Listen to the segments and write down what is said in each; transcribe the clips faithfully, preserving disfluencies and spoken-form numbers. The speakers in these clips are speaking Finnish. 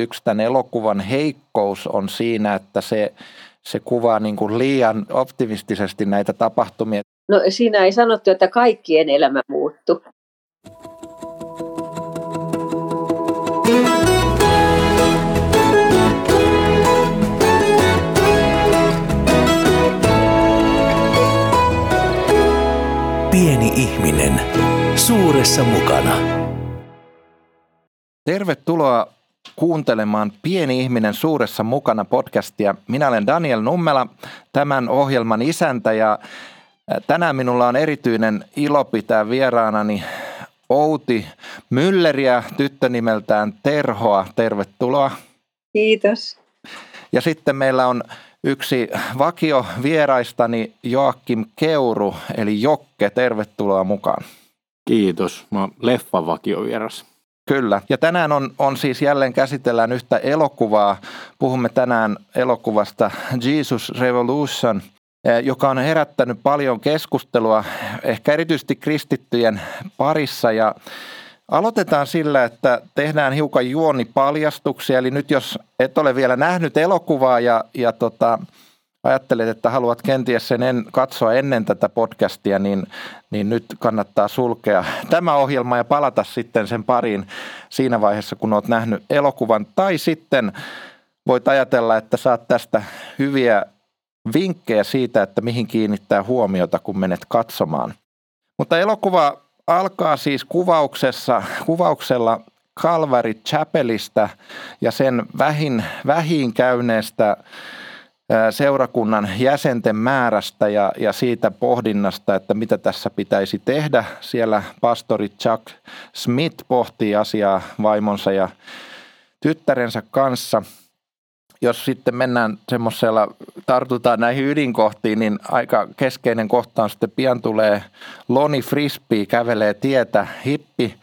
että yksi tämän elokuvan heikkous on siinä, että se, se kuvaa niin kuin liian optimistisesti näitä tapahtumia. No siinä ei sanottu, että kaikkien elämä muuttuu. Pieni ihminen suuressa mukana. Tervetuloa kuuntelemaan Pieni ihminen suuressa mukana podcastia. Minä olen Daniel Nummela, tämän ohjelman isäntä, ja tänään minulla on erityinen ilo pitää vieraanani Outi Mülleriä, tyttö nimeltään Terhoa. Tervetuloa. Kiitos. Ja sitten meillä on yksi vakio vieraistani, Joakim Keuru, eli Jokke. Tervetuloa mukaan. Kiitos. Mä oon leffan vakiovieras. Kyllä. Ja tänään on, on siis jälleen käsitellään yhtä elokuvaa. Puhumme tänään elokuvasta Jesus Revolution, joka on herättänyt paljon keskustelua, ehkä erityisesti kristittyjen parissa. Ja aloitetaan sillä, että tehdään hiukan juonipaljastuksia. Eli nyt jos et ole vielä nähnyt elokuvaa ja, ja tota, ajattelet, että haluat kenties sen en, katsoa ennen tätä podcastia, niin, niin nyt kannattaa sulkea tämä ohjelma ja palata sitten sen pariin siinä vaiheessa, kun olet nähnyt elokuvan. Tai sitten voit ajatella, että saat tästä hyviä vinkkejä siitä, että mihin kiinnittää huomiota, kun menet katsomaan. Mutta elokuva alkaa siis kuvauksessa, kuvauksella Calvary Chapelista ja sen vähin, vähiin käyneestä seurakunnan jäsenten määrästä ja, ja siitä pohdinnasta, että mitä tässä pitäisi tehdä. Siellä pastori Chuck Smith pohtii asiaa vaimonsa ja tyttärensä kanssa. Jos sitten mennään semmoisella, tartutaan näihin ydinkohtiin, niin aika keskeinen kohta on sitten pian tulee Lonnie Frisbee, kävelee tietä, hippi,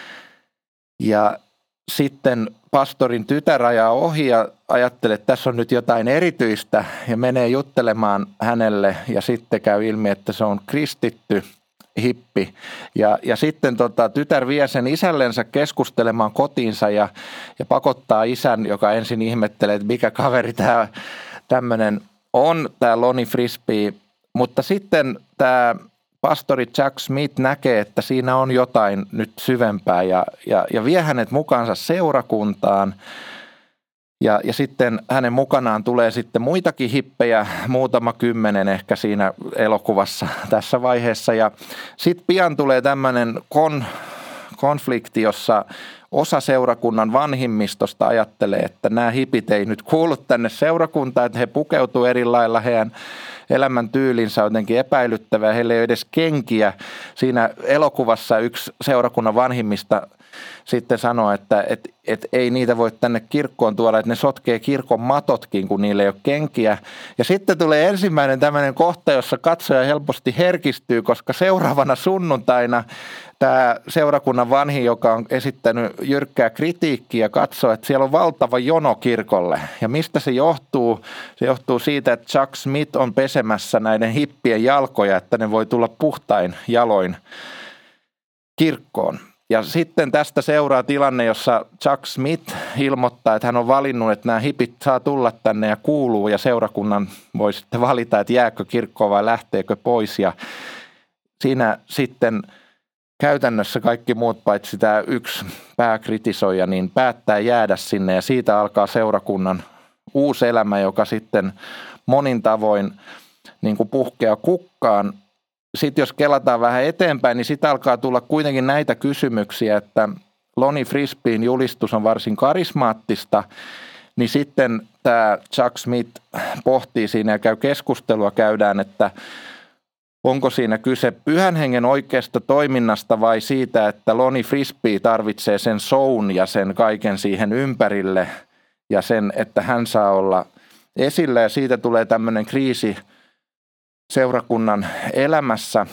ja sitten pastorin tytär ajaa ohi ja ajattelee, että tässä on nyt jotain erityistä ja menee juttelemaan hänelle ja sitten käy ilmi, että se on kristitty hippi. Ja, ja sitten tota, tytär vie sen isällensä keskustelemaan kotiinsa ja, ja pakottaa isän, joka ensin ihmettelee, että mikä kaveri tämä tämmöinen on, tämä Lonnie Frisbee. Mutta sitten tämä pastori Chuck Smith näkee, että siinä on jotain nyt syvempää ja, ja, ja vie hänet mukaansa seurakuntaan. Ja, ja sitten hänen mukanaan tulee sitten muitakin hippejä, muutama kymmenen ehkä siinä elokuvassa tässä vaiheessa. Ja sitten pian tulee tämmöinen kon, konflikti, jossa osa seurakunnan vanhimmistosta ajattelee, että nämä hipit ei nyt kuulu tänne seurakuntaan, että he pukeutuu eri lailla, heidän elämäntyylinsä on jotenkin epäilyttävää, heillä ei ole edes kenkiä. Siinä elokuvassa yksi seurakunnan vanhimmista sitten sanoo, että et, et ei niitä voi tänne kirkkoon tuoda, että ne sotkee kirkon matotkin, kun niillä ei ole kenkiä. Ja sitten tulee ensimmäinen tämmöinen kohta, jossa katsoja helposti herkistyy, koska seuraavana sunnuntaina tämä seurakunnan vanhin, joka on esittänyt jyrkkää kritiikkiä, katsoo, että siellä on valtava jono kirkolle. Ja mistä se johtuu? Se johtuu siitä, että Chuck Smith on pesemässä näiden hippien jalkoja, että ne voi tulla puhtain jaloin kirkkoon. Ja sitten tästä seuraa tilanne, jossa Chuck Smith ilmoittaa, että hän on valinnut, että nämä hipit saa tulla tänne ja kuuluu, ja seurakunnan voi sitten valita, että jääkö kirkkoon vai lähteekö pois. Ja siinä sitten käytännössä kaikki muut paitsi tämä yksi pääkritisoija, niin päättää jäädä sinne, ja siitä alkaa seurakunnan uusi elämä, joka sitten monin tavoin niin kuin puhkeaa kukkaan. Sitten jos kelataan vähän eteenpäin, niin sitten alkaa tulla kuitenkin näitä kysymyksiä, että Lonnie Frisbeen julistus on varsin karismaattista, niin sitten tämä Chuck Smith pohtii siinä ja käy keskustelua käydään, että onko siinä kyse pyhän hengen oikeasta toiminnasta vai siitä, että Lonnie Frisbee tarvitsee sen shown ja sen kaiken siihen ympärille ja sen, että hän saa olla esillä, ja siitä tulee tämmöinen kriisi seurakunnan elämässä,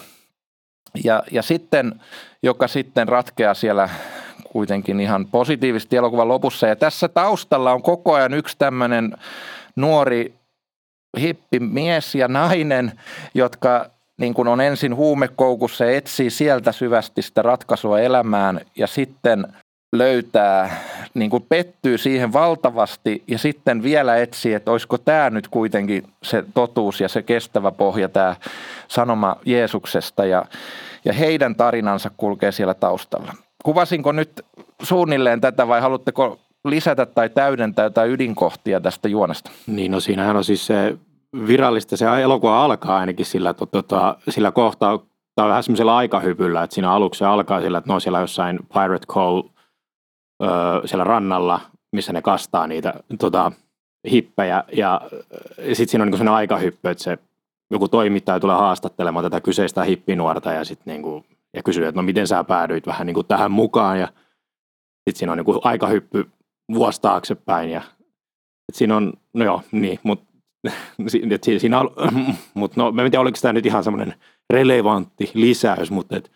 ja, ja sitten, joka sitten ratkeaa siellä kuitenkin ihan positiivisesti elokuvan lopussa. Ja tässä taustalla on koko ajan yksi tämmöinen nuori hippi mies ja nainen, jotka niin kuin on ensin huumekoukussa ja etsii sieltä syvästi sitä ratkaisua elämään, ja sitten löytää, niin kuin pettyy siihen valtavasti ja sitten vielä etsii, että olisiko tämä nyt kuitenkin se totuus ja se kestävä pohja, tämä sanoma Jeesuksesta ja, ja heidän tarinansa kulkee siellä taustalla. Kuvasinko nyt suunnilleen tätä vai haluatteko lisätä tai täydentää jotain ydinkohtia tästä juonesta? Niin, no siinähän on siis se virallista, se elokuva alkaa ainakin sillä, että tota, sillä kohtaa, tämä on vähän semmoisella aikahypyllä, että siinä aluksi se alkaa sillä, että ne on siellä jossain Pirate Cove öö, siellä rannalla, missä ne kastaa niitä tota, hippejä, ja, ja sitten siinä on niin sellainen aikahyppy, että se joku toimittaja tulee haastattelemaan tätä kyseistä hippinuorta ja sitten niinku, ja kysyy, että no miten sä päädyit vähän niin kuin tähän mukaan, ja sitten siinä on niin kuin aikahyppy vuosi taaksepäin, ja että siinä on, no joo, niin, mutta siinä on, mut no, mä en tiedä, oliko tämä nyt ihan semmoinen relevantti lisäys, mutta et,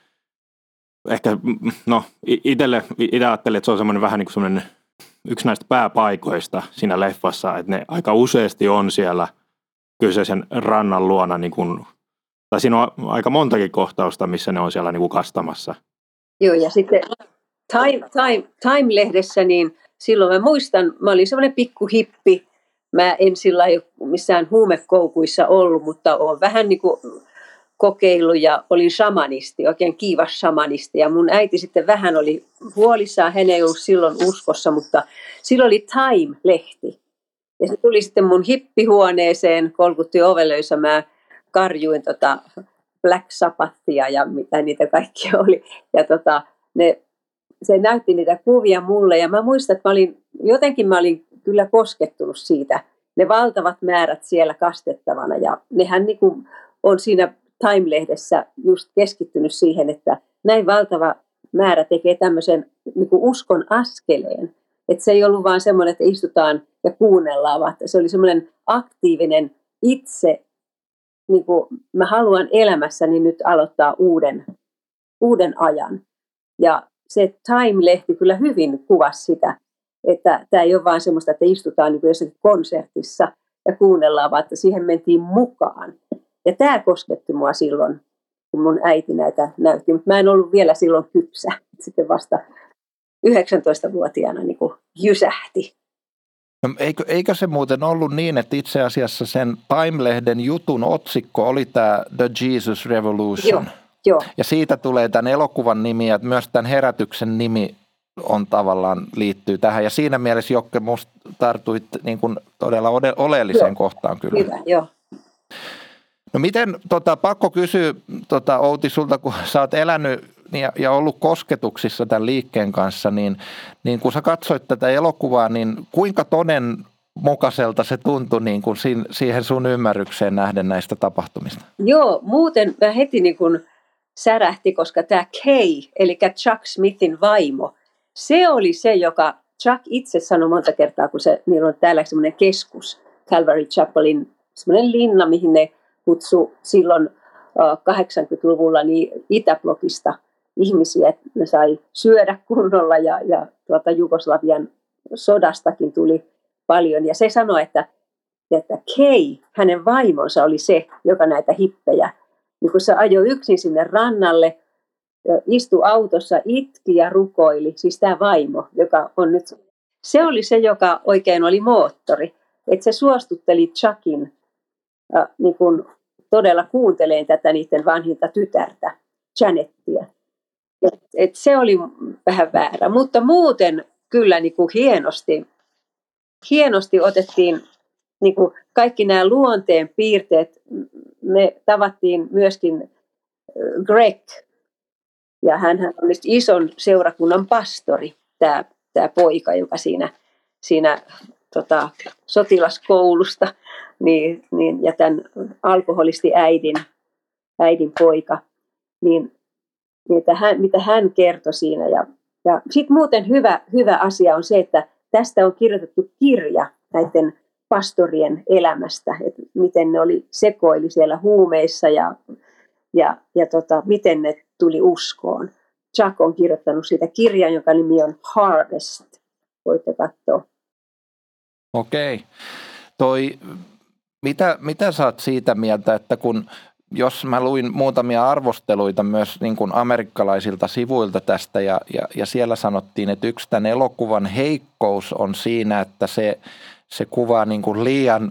ehkä, no, itselle, itse ajattelin, että se on semmoinen vähän niin kuin semmoinen yksi näistä pääpaikoista siinä leffassa, että ne aika useasti on siellä kyseisen rannan luona, niin kuin, tai siinä on aika montakin kohtausta, missä ne on siellä niin kuin kastamassa. Joo, ja sitten Time, Time, Time-lehdessä, niin silloin mä muistan, mä olin semmoinen pikku hippi, mä en sillä missään huumekoukuissa ollut, mutta olen vähän niin kuin kokeillut ja olin shamanisti, oikein kiivas shamanisti. Ja mun äiti sitten vähän oli huolissaan, hän ei ollut silloin uskossa, mutta silloin oli Time-lehti. Ja se tuli sitten mun hippihuoneeseen, kolkutti ovelle, jossa mä karjuin tota Black Sabbathia ja mitä niitä kaikkia oli. Ja tota, ne, se näytti niitä kuvia mulle ja mä muistan, että mä olin, jotenkin mä olin kyllä koskettunut siitä. Ne valtavat määrät siellä kastettavana ja nehän niin kuin on siinä Time-lehdessä just keskittynyt siihen, että näin valtava määrä tekee tämmöisen niin kuin uskon askeleen. Että se ei ollut vaan semmoinen, että istutaan ja kuunnellaan, vaan se oli semmoinen aktiivinen itse, niin kuin mä haluan elämässäni nyt aloittaa uuden, uuden ajan. Ja se Time-lehti kyllä hyvin kuvasi sitä, että tämä ei ole vaan semmoista, että istutaan niin kuin jossakin konsertissa ja kuunnellaan, vaan että siihen mentiin mukaan. Ja tämä kosketti mua silloin, kun mun äiti näitä näytti, mutta mä en ollut vielä silloin kypsä. Sitten vasta yhdeksäntoistavuotiaana niin kuin jysähti. No, eikö, eikö se muuten ollut niin, että itse asiassa sen Time-lehden jutun otsikko oli tämä The Jesus Revolution? Joo, joo. Ja siitä tulee tämän elokuvan nimi ja myös tämän herätyksen nimi on tavallaan liittyy tähän. Ja siinä mielessä, Jokke, musta tartuit niin kuin todella oleelliseen joo. kohtaan kyllä. Hyvä, joo. No miten, tota, pakko kysyä tota, Outi sulta, kun sä oot elänyt ja, ja ollut kosketuksissa tämän liikkeen kanssa, niin, niin kun sä katsoit tätä elokuvaa, niin kuinka todenmukaiselta se tuntui niin kuin siihen sun ymmärrykseen nähden näistä tapahtumista? Joo, muuten mä heti niin kuin särähti, koska tämä Kay, eli Chuck Smithin vaimo, se oli se, joka Chuck itse sanoi monta kertaa, kun se, niillä on täällä semmoinen keskus, Calvary Chapelin semmoinen linna, mihin ne kutsui silloin kahdeksankymmentäluvulla niin Itäblokista ihmisiä, että ne sai syödä kunnolla ja, ja tuota Jugoslavian sodastakin tuli paljon. Ja se sanoi, että, että Kay, hänen vaimonsa oli se, joka näitä hippejä, niin kun se ajoi yksin sinne rannalle, istui autossa, itki ja rukoili, siis tämä vaimo, joka on nyt, se oli se, joka oikein oli moottori, että se suostutteli Chuckin äh, niin kun todella kuunteleen tätä niiden vanhinta tytärtä, Janettia. Et, et se oli vähän väärä, mutta muuten kyllä niin kuin hienosti, hienosti otettiin niin kuin kaikki nämä luonteen piirteet. Me tavattiin myöskin Greg, ja hän on ison seurakunnan pastori, tämä, tämä poika, joka siinä, siinä tota, sotilaskoulusta, niin, niin, ja tämän alkoholisti äidin, äidin poika, niin, niin että hän, mitä hän kertoi siinä. Ja, ja sitten muuten hyvä, hyvä asia on se, että tästä on kirjoitettu kirja näiden pastorien elämästä, että miten ne oli sekoili siellä huumeissa ja, ja, ja tota, miten ne tuli uskoon. Chuck on kirjoittanut siitä kirjan, jonka nimi on Harvest. Voitte katsoa. Okei. Toi, mitä, mitä sä oot siitä mieltä, että kun jos mä luin muutamia arvosteluita myös niin kuin amerikkalaisilta sivuilta tästä ja, ja, ja siellä sanottiin, että yksi tämän elokuvan heikkous on siinä, että se, se kuvaa niin kuin liian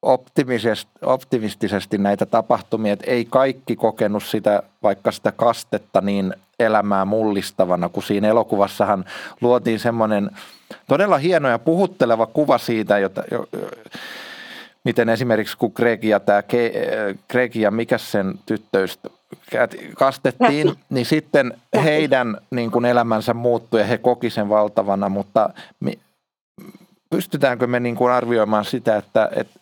optimistisesti näitä tapahtumia, että ei kaikki kokenut sitä, vaikka sitä kastetta niin elämää mullistavana, kun siinä elokuvassahan luotiin semmoinen todella hieno ja puhutteleva kuva siitä, jota, jo, miten esimerkiksi kun Greg ja, tämä, Greg ja mikä sen tyttöystä kastettiin, niin sitten heidän niin kuin elämänsä muuttui ja he koki sen valtavana, mutta pystytäänkö me niin kuin arvioimaan sitä, että, että,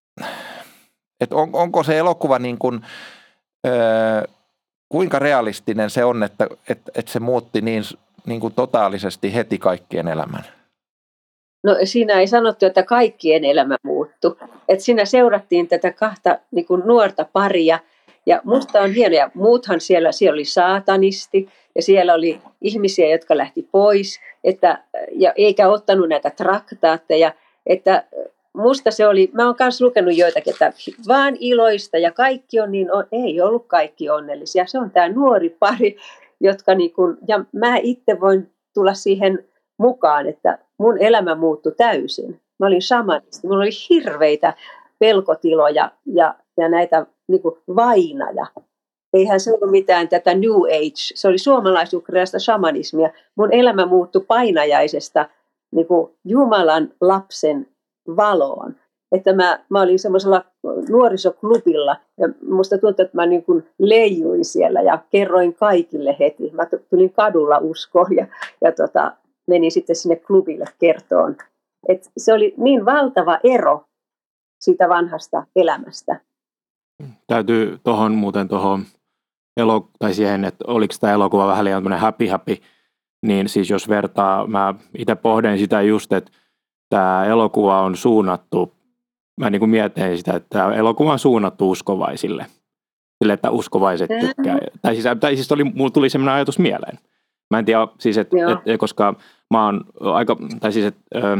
että on, onko se elokuva niin kuin, öö, kuinka realistinen se on, että, että, että se muutti niin, niin kuin totaalisesti heti kaikkien elämän? No siinä ei sanottu, että kaikkien elämä muuttui. Että siinä seurattiin tätä kahta niin kuin nuorta paria. Ja musta on hienoa. Muuthan siellä, siellä oli saatanisti ja siellä oli ihmisiä, jotka lähti pois. Että, ja eikä ottanut näitä traktaatteja. Että musta se oli, mä oon myös lukenut joitakin, että vaan iloista ja kaikki on niin, on, ei ollut kaikki onnellisia. Se on tämä nuori pari, jotka niin kuin, ja mä itse voin tulla siihen mukaan, että mun elämä muuttui täysin. Mä olin shamanisti, mulla oli hirveitä pelkotiloja ja, ja näitä niin kuin vainaja. Eihän se ollut mitään tätä New Age, se oli suomalais-ukrainalaista shamanismia. Mun elämä muuttui painajaisesta niin kuin Jumalan lapsen valoon. Että mä, mä olin semmoisella nuorisoklubilla ja musta tuntui, että mä niin kuin leijuin siellä ja kerroin kaikille heti. Mä tulin kadulla uskoon ja, ja tota, menin sitten sinne klubille kertoon. Et se oli niin valtava ero siitä vanhasta elämästä. Täytyy tuohon muuten tuohon elo- tai siihen, että oliko tämä elokuva vähän liian happy happy, niin siis jos vertaa, mä itse pohdin sitä just, että tämä elokuva on suunnattu, mä niin kuin mietin sitä, että tämä elokuva on suunnattu uskovaisille. Sille, että uskovaiset tykkää. Tai siis, tai siis oli, mulla tuli sellainen ajatus mieleen. Mä en tiedä, siis et, et, koska mä oon aika, tai siis että ö,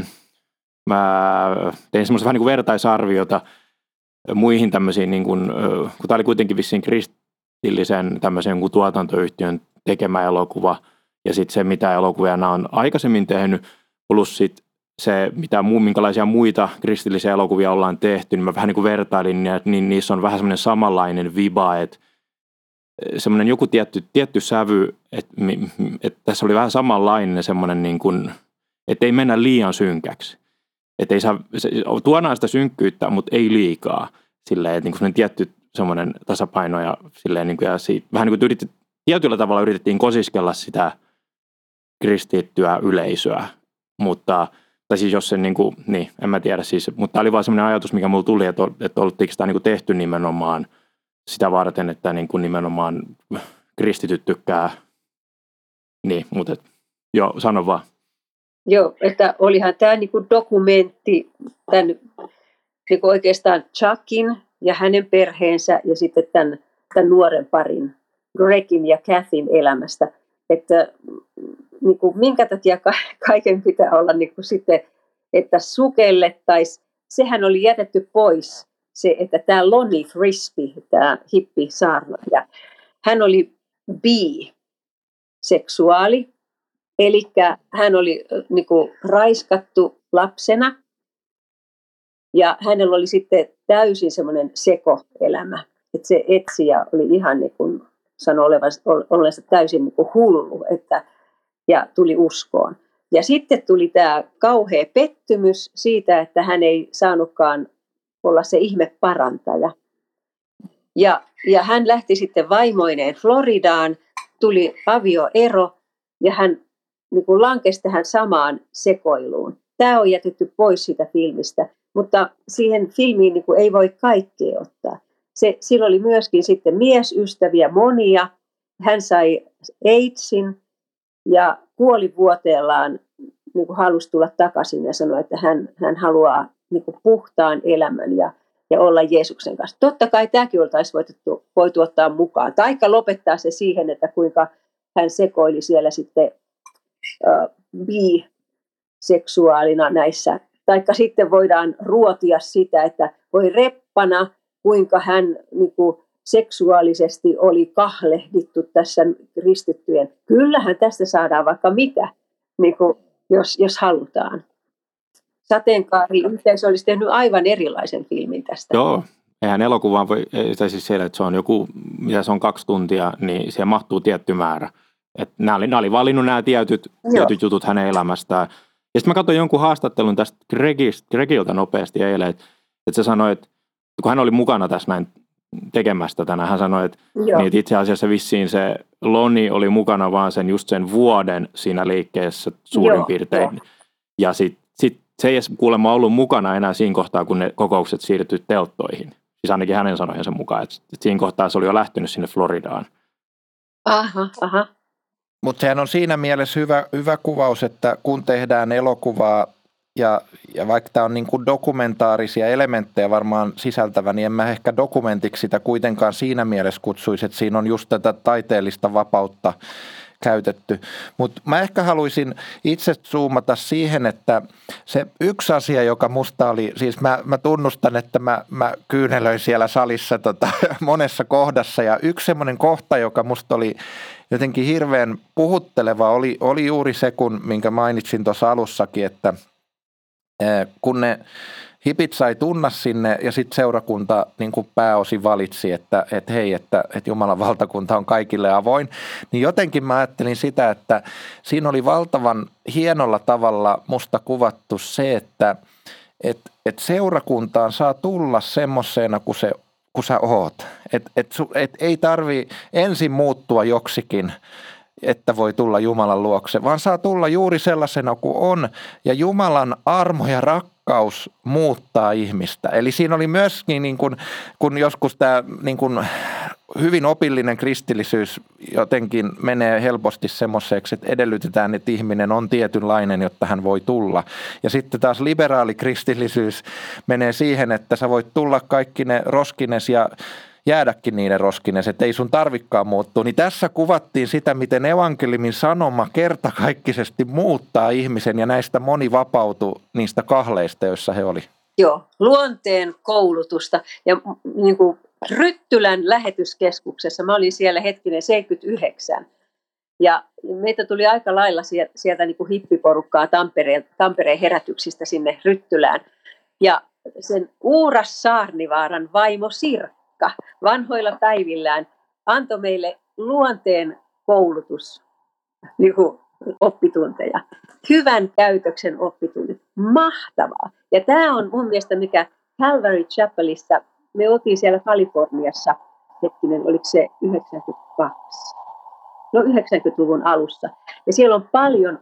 mä tein semmoista vähän niin kuin vertaisarviota muihin tämmöisiin, niin kuin, kun tää oli kuitenkin vissiin kristillisen tämmöisen kuin tuotantoyhtiön tekemä elokuva, ja sitten se, mitä elokuvia nämä on aikaisemmin tehnyt, plus sitten se, mitä muu, minkälaisia muita kristillisiä elokuvia ollaan tehty, niin mä vähän niin kuin vertailin, niin, niin niissä on vähän semmoinen samanlainen viba, että semmoinen joku tietty, tietty sävy, että, että tässä oli vähän samanlainen semmoinen, niin kuin, että ei mennä liian synkäksi. Että ei saa, tuodaan sitä synkkyyttä, mutta ei liikaa. Silleen, että niin kuin semmoinen tietty semmoinen tasapaino ja silleen, niin kuin, ja siitä, vähän niin kuin yritet, tietyllä tavalla yritettiin kosiskella sitä kristittyä yleisöä, mutta tai siis jos se niin kuin, niin, en mä tiedä siis, mutta tämä oli vaan semmoinen ajatus, mikä mulla tuli, että, että oltiinko sitä niin kuin tehty nimenomaan sitä varten, että niin kuin nimenomaan kristityt tykkää, niin, mutta et, joo, sano vaan. Joo, että olihan tämä niin kuin dokumentti tämän niin kuin oikeastaan Chuckin ja hänen perheensä ja sitten tämän, tämän nuoren parin, Gregin ja Kathyn elämästä, että niin kuin, minkä takia kaiken pitää olla niin kuin sitten, että sukellettaisiin. Sehän oli jätetty pois, se, että tämä Lonnie Frisbee, tämä hippisaarnaaja, hän oli bi-seksuaali, eli hän oli niin kuin, raiskattu lapsena ja hänellä oli sitten täysin semmoinen sekoelämä, että se etsijä oli ihan niin kuin sanoi olevansa täysin niin kuin hullu, että ja tuli uskoon. Ja sitten tuli tämä kauhea pettymys siitä, että hän ei saanutkaan olla se ihmeparantaja. Ja, ja hän lähti sitten vaimoineen Floridaan, tuli avioero ja hän niin kuin lankesi tähän samaan sekoiluun. Tämä on jätetty pois siitä filmistä, mutta siihen filmiin niin kuin ei voi kaikkea ottaa. Se, sillä oli myöskin sitten miesystäviä monia. Hän sai AIDSin ja kuolivuoteellaan niin kuin halusi tulla takaisin ja sanoi, että hän, hän haluaa niin kuin puhtaan elämän ja, ja olla Jeesuksen kanssa. Totta kai tämäkin oltaisiin voitu, voitu ottaa mukaan. Taikka lopettaa se siihen, että kuinka hän sekoili siellä sitten äh, bi-seksuaalina näissä. Taikka sitten voidaan ruotia sitä, että voi reppana, kuinka hän niin kuin seksuaalisesti oli kahlehdittu tässä kristittyjen. Kyllähän tästä saadaan vaikka mitä, niin kuin, jos, jos halutaan. Sateenkaari-yhteisö olisi tehnyt aivan erilaisen filmin tästä. Joo, eihän elokuvaan voi, tai siis siellä, että se on joku, mitä se on kaksi tuntia, niin siihen mahtuu tietty määrä. Että nämä oli, nämä oli valinnut nämä tietyt, tietyt jutut hänen elämästään. Ja sitten mä katsoin jonkun haastattelun tästä Gregistä, Gregiltä nopeasti eilen, että, että se sanoi, että kun hän oli mukana tässä näin tekemästä tänään, hän sanoi, että, niin, että itse asiassa vissiin se Lonnie oli mukana vaan sen just sen vuoden siinä liikkeessä suurin Joo, piirtein. Jo. Ja sitten sit se ei edes kuulemma ollut mukana enää siinä kohtaa, kun ne kokoukset siirtyi telttoihin. Siis ainakin hänen sanojensa mukaan, että, että siinä kohtaa se oli jo lähtenyt sinne Floridaan. Aha, aha. Mutta sehän on siinä mielessä hyvä, hyvä kuvaus, että kun tehdään elokuvaa ja, ja vaikka tämä on niin kuin dokumentaarisia elementtejä varmaan sisältävä, niin en mä ehkä dokumentiksi sitä kuitenkaan siinä mielessä kutsuisi, että siinä on just tätä taiteellista vapautta käytetty. Mutta mä ehkä haluaisin itse zoomata siihen, että se yksi asia, joka musta oli, siis mä, mä tunnustan, että mä, mä kyynelöin siellä salissa tota, monessa kohdassa ja yksi semmoinen kohta, joka musta oli jotenkin hirveän puhutteleva, oli, oli juuri se, kun, minkä mainitsin tuossa alussakin, että kun ne hipit sai tunna sinne ja sitten seurakunta niin kuin pääosin valitsi, että, että hei, että, että Jumalan valtakunta on kaikille avoin, niin jotenkin mä ajattelin sitä, että siinä oli valtavan hienolla tavalla musta kuvattu se, että että, että seurakuntaan saa tulla semmoisena kuin, se, kuin sä oot. Että että, että ei tarvi ensin muuttua joksikin, että voi tulla Jumalan luokse, vaan saa tulla juuri sellaisena kuin on. Ja Jumalan armo ja rakkaus muuttaa ihmistä. Eli siinä oli myöskin, niin kuin, kun joskus tämä niin kuin hyvin opillinen kristillisyys jotenkin menee helposti semmoiseksi, että edellytetään, että ihminen on tietynlainen, jotta hän voi tulla. Ja sitten taas liberaali kristillisyys menee siihen, että sä voit tulla kaikki ne roskines ja jäädäkin niiden roskines, että ei sun tarvikkaan muuttua. Niin tässä kuvattiin sitä, miten evankeliumin sanoma kertakaikkisesti muuttaa ihmisen ja näistä moni vapautui niistä kahleista, joissa he oli. Joo, luonteen koulutusta ja niin kuin Ryttylän lähetyskeskuksessa, mä olin siellä hetkinen seitsemänkymmentäyhdeksän ja meitä tuli aika lailla sieltä, sieltä niin kuin hippiporukkaa Tampereen, Tampereen herätyksistä sinne Ryttylään ja sen Uuras Saarnivaaran vaimo Sirkka vanhoilla päivillään antoi meille luonteen koulutus, niin kuin oppitunteja, hyvän käytöksen oppitunnit, mahtavaa. Ja tämä on mun mielestä mikä Calvary Chapelissa, me oltiin siellä Kaliforniassa, hetkinen, oliko se yhdeksänkymmentäkaksi, no yhdeksänkymmentäluvun alussa. Ja siellä on paljon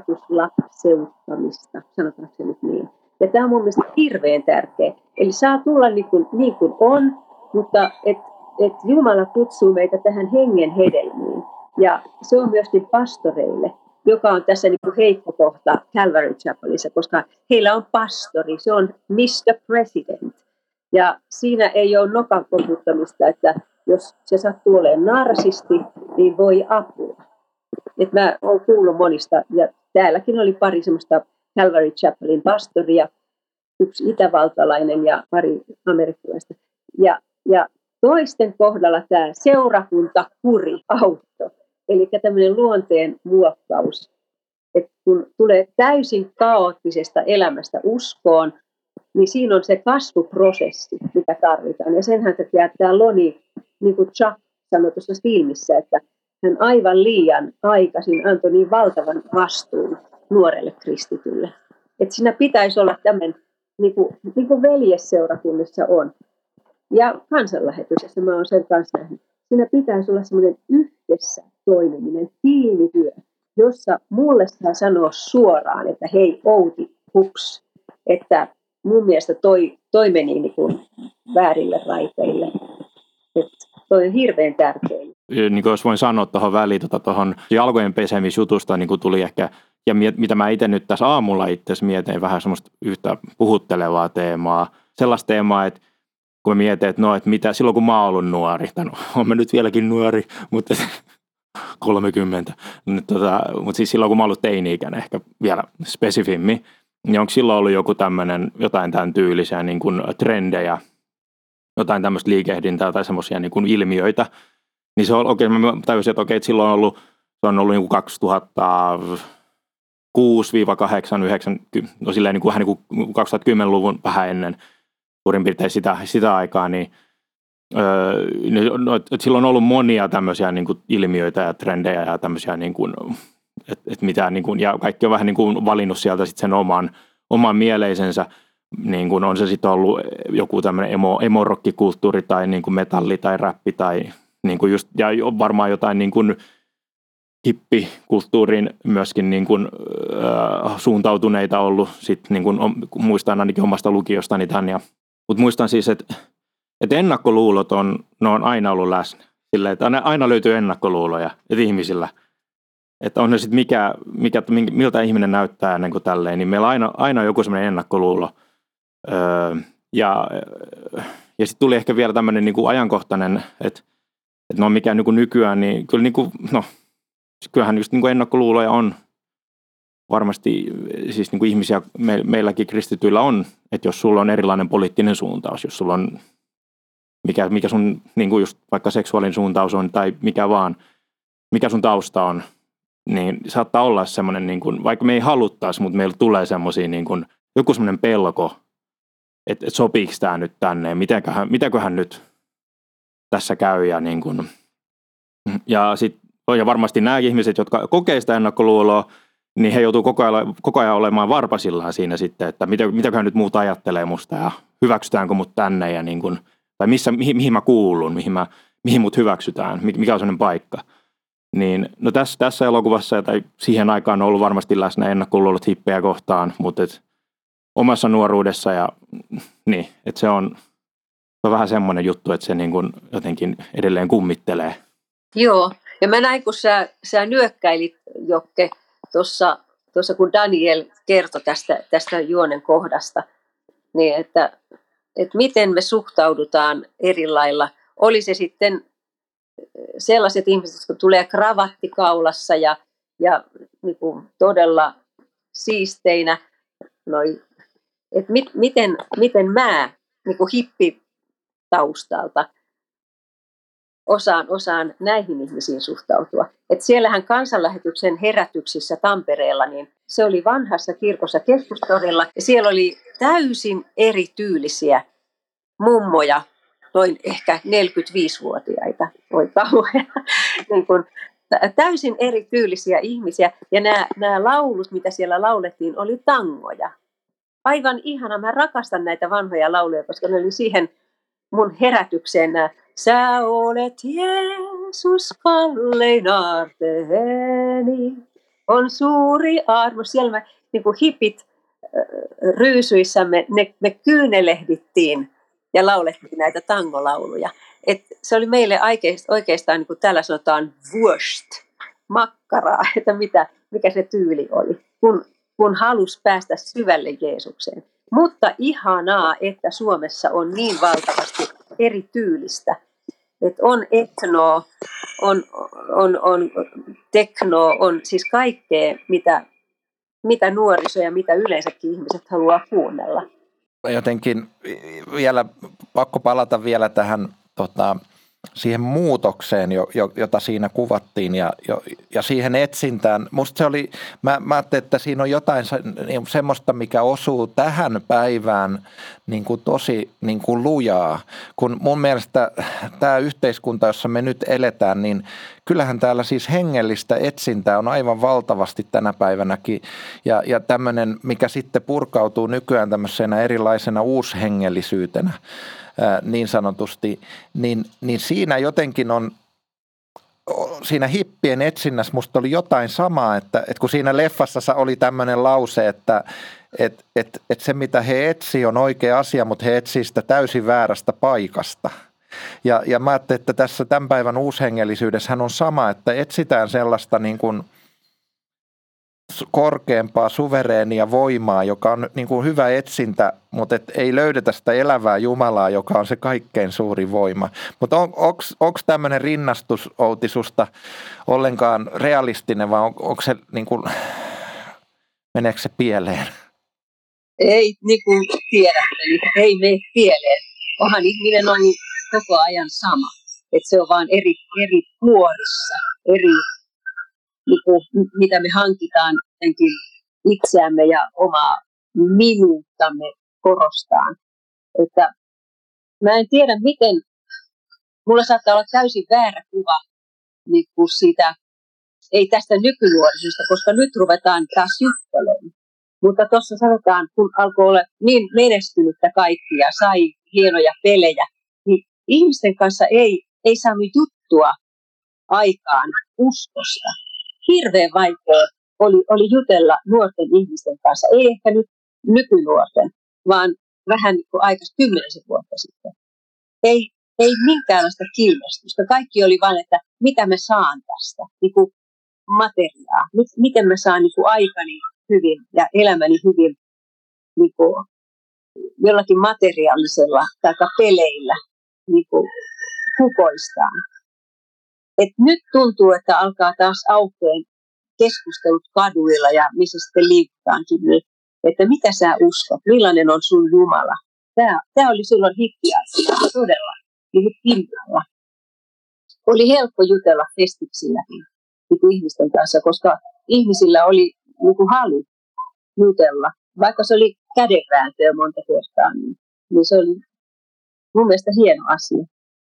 opetuslapseuttamista, sanotaanko se nyt niin. Ja tämä on mun mielestä hirveän tärkeä. Eli saa tulla niin kuin, niin kuin on, mutta et, et Jumala kutsuu meitä tähän hengen hedelmiin. Ja se on myöskin pastoreille, joka on tässä niin kuin heikko kohta Calvary Chapelissa, koska heillä on pastori, se on mister President. Ja siinä ei ole nokan koputtamista, että jos se sattuu olemaan narsisti, niin voi apua. Et mä oon kuullut monista, ja täälläkin oli pari semmoista Calvary Chapelin pastoria, yksi itävaltalainen ja pari amerikkalaista. Ja, ja toisten kohdalla tämä seurakuntakuri auttoi, eli tämmöinen luonteen muokkaus, että kun tulee täysin kaoottisesta elämästä uskoon, niin siinä on se kasvuprosessi, mitä tarvitaan. Ja senhän takia tämä Lonnie, niin kuin Chuck sanoi tuossa filmissä, että hän aivan liian aikaisin antoi niin valtavan vastuun nuorelle kristitylle. Että siinä pitäisi olla tämmöinen, niin kuin, niin kuin veljesseurakunnissa on. Ja kansanlähetysessä mä oon sen kanssa nähnyt. Siinä pitäisi olla semmoinen yhdessä toimiminen, tiimityö, jossa mulle saa sanoa suoraan, että hei Outi, hups, että mun mielestä toi, toi meni niin kuin väärille raiteille. Että toi on hirveän tärkeä. Niin kuin jos voin sanoa tuohon väliin, tuohon tuota, jalkojen pesemisjutusta niin kuin tuli ehkä, ja mitä mä itse nyt tässä aamulla itse mietin vähän semmoista yhtä puhuttelevaa teemaa. Sellaista teemaa, että kun mä mietin, että no, että mitä, silloin kun mä oon ollut nuori, tai no, on mä nyt vieläkin nuori, mutta kolmekymmentä, tota, mutta siis silloin kun mä oon ollut teini-ikäinen ehkä vielä spesifimmin, niin onko silloin ollut joku tämmöinen, jotain tämän tyylisiä niin kuin trendejä, jotain tämmöistä liikehdintää tai semmoisia niin kuin ilmiöitä. Niin se on, okei, okay, mä tajusin, että okei, että silloin on ollut, se on ollut niin kuin kaksituhattakuusi kahdeksan yhdeksän, no silleen niin kuin, vähän niin kuin kaksituhattakymmenluvun vähän ennen suurin piirtein sitä, sitä aikaa, niin öö, no, että silloin on ollut monia tämmöisiä niin kuin ilmiöitä ja trendejä ja tämmöisiä, niin kuin, että, että mitä, niin kuin, ja kaikki on vähän niin kuin valinnut sieltä sitten sen oman, oman mieleisensä, niin kuin on se sitten ollut joku tämmöinen emo, emorokkikulttuuri tai niin kuin metalli tai räppi tai niin kuin just, ja varmaan jotain niin kuin hippikulttuuriin myöskin niin kuin, äh, suuntautuneita ollut, sit, niin kuin, muistan ainakin omasta lukiostani tämän. Ja, mutta muistan siis, että, että ennakkoluulot on, ne on aina ollut läsnä. Silleen, että aina löytyy ennakkoluuloja että ihmisillä. Että on ne sitten mikä, mikä, miltä ihminen näyttää ennen kuin tälleen, niin meillä aina, aina on joku semmoinen ennakkoluulo. Öö, ja ja sitten tuli ehkä vielä tämmöinen niin kuin ajankohtainen, että, että no mikä niin kuin nykyään, niin kyllä niin kuin, no, kyllähän just niin kuin ennakkoluuloja on varmasti, siis niin kuin ihmisiä me, meilläkin kristityillä on, että jos sulla on erilainen poliittinen suuntaus, jos sulla on, mikä, mikä sun niin kuin just vaikka seksuaalinen suuntaus on tai mikä vaan, mikä sun tausta on, niin saattaa olla semmoinen, niin kuin, vaikka me ei haluttaisi, mutta meillä tulee semmoisia, niin kuin, joku semmoinen pelko, että, että sopiiko tämä nyt tänne, mitenköhän, mitäköhän nyt tässä käy. Ja, niin kuin, ja, sit, ja varmasti nämä ihmiset, jotka kokee sitä ennakkoluuloa, niin he joutuu koko ajan, koko ajan olemaan varpasillaan siinä sitten, että mitä, mitäköhän nyt muut ajattelee musta ja hyväksytäänkö mut tänne ja niin kuin, tai missä, mihin, mihin mä kuulun, mihin, mä, mihin mut hyväksytään, mikä on sellainen paikka. Niin, no tässä, tässä elokuvassa tai siihen aikaan on ollut varmasti läsnä ennakkoluulot hippejä kohtaan, mutta et, omassa nuoruudessa ja niin, että se on, se on vähän semmoinen juttu, että se niin kuin jotenkin edelleen kummittelee. Joo, ja mä näin, kun sä, sä nyökkäilit, Jokke, tuossa, tuossa kun Daniel kertoi tästä, tästä juonen kohdasta, niin että, että miten me suhtaudutaan eri lailla. Oli se sitten sellaiset ihmiset, jotka tulee kravatti kaulassa ja, ja niin kuin todella siisteinä, noi, että mit, miten, miten mä niin kuin hippitaustalta osaan, osaan näihin ihmisiin suhtautua. Et siellähän kansanlähetyksen herätyksissä Tampereella, niin se oli vanhassa kirkossa Keskustorilla, ja siellä oli täysin erityylisiä mummoja, noin ehkä neljäkymmentäviisivuotiaita, voi kauhean, niin kun, täysin erityylisiä ihmisiä, ja nämä, nämä laulut, mitä siellä laulettiin, oli tangoja. Aivan ihana, mä rakastan näitä vanhoja lauluja, koska ne oli siihen mun herätykseen nämä, sä olet Jeesus kallein aarteeni, on suuri armo. Siellä me niin kuin hipit ryysyissämme, ne, me kyynelehdittiin ja laulettiin näitä tangolauluja. Et se oli meille oikeastaan, niin kuin täällä sanotaan, wurst, makkaraa, että mitä, mikä se tyyli oli, kun, kun halusi päästä syvälle Jeesukseen. Mutta ihanaa, että Suomessa on niin valtavasti eri tyylistä. Että on etnoa, on, on, on teknoa, on siis kaikkea, mitä, mitä nuoriso ja mitä yleensäkin ihmiset haluaa kuunnella. Jotenkin vielä pakko palata vielä tähän tota, siihen muutokseen, jota siinä kuvattiin ja, ja siihen etsintään. Musta se oli, mä, mä ajattelin, että siinä on jotain semmoista, mikä osuu tähän päivään niin kuin tosi niin kuin lujaa. Kun mun mielestä tämä yhteiskunta, jossa me nyt eletään, niin kyllähän täällä siis hengellistä etsintää on aivan valtavasti tänä päivänäkin. Ja, ja tämmöinen, mikä sitten purkautuu nykyään tämmöisenä erilaisena uushengellisyytenä, niin sanotusti, niin, niin siinä jotenkin on, siinä hippien etsinnässä musta oli jotain samaa, että, että kun siinä leffassa oli tämmöinen lause, että et, et, et se mitä he etsii on oikea asia, mutta he etsii sitä täysin väärästä paikasta. Ja, ja mä ajattelin, että tässä tämän päivän uushengellisyydessähän on sama, että etsitään sellaista niin kuin korkeampaa, suvereenia voimaa, joka on niin kuin hyvä etsintä, mutta et ei löydetä sitä elävää Jumalaa, joka on se kaikkein suuri voima. Mutta on, onko tämmöinen rinnastus Outi susta ollenkaan realistinen vai on, onko se niin kuin, meneekö se pieleen? Ei, niin kuin tiedät, ei mene pieleen, onhan ihminen ollut koko ajan sama. Että se on vaan eri, eri muodossa, eri, niin kuin, mitä me hankitaan jotenkin itseämme ja omaa minuuttamme korostaan. Että mä en tiedä, miten, mulla saattaa olla täysin väärä kuva niin kuin siitä, ei tästä nykynuorisosta, koska nyt ruvetaan taas juttelemaan. Mutta tuossa sanotaan, kun alkoi olla niin menestynyttä kaikki ja sai hienoja pelejä, niin ihmisten kanssa ei, ei saanut juttua aikaan uskosta. Hirveän vaikea oli, oli jutella nuorten ihmisten kanssa, ei ehkä nyt nykynuorten, vaan vähän niin kuin aikaisemmin kymmenisen vuotta sitten. Ei, ei minkäänlaista kiinnostusta. Kaikki oli vain, että mitä mä saan tästä, niin kuin materiaa, miten mä saan niin kuin aikani hyvin ja elämäni hyvin niin kuin jollakin materiaalisella tai peleillä niin kuin kukoistaan. Et nyt tuntuu, että alkaa taas aukeaa keskustelut kaduilla ja missä sitten liikutaankin, niin, että mitä sä uskot, millainen on sun Jumala. Tämä, tämä oli silloin hippiaisilla todella niin pinnalla. Oli helppo jutella festiksilläkin niin ihmisten kanssa, koska ihmisillä oli niin kuin halu jutella. Vaikka se oli kädenvääntöä monta kertaa, niin, niin se oli mun mielestä hieno asia.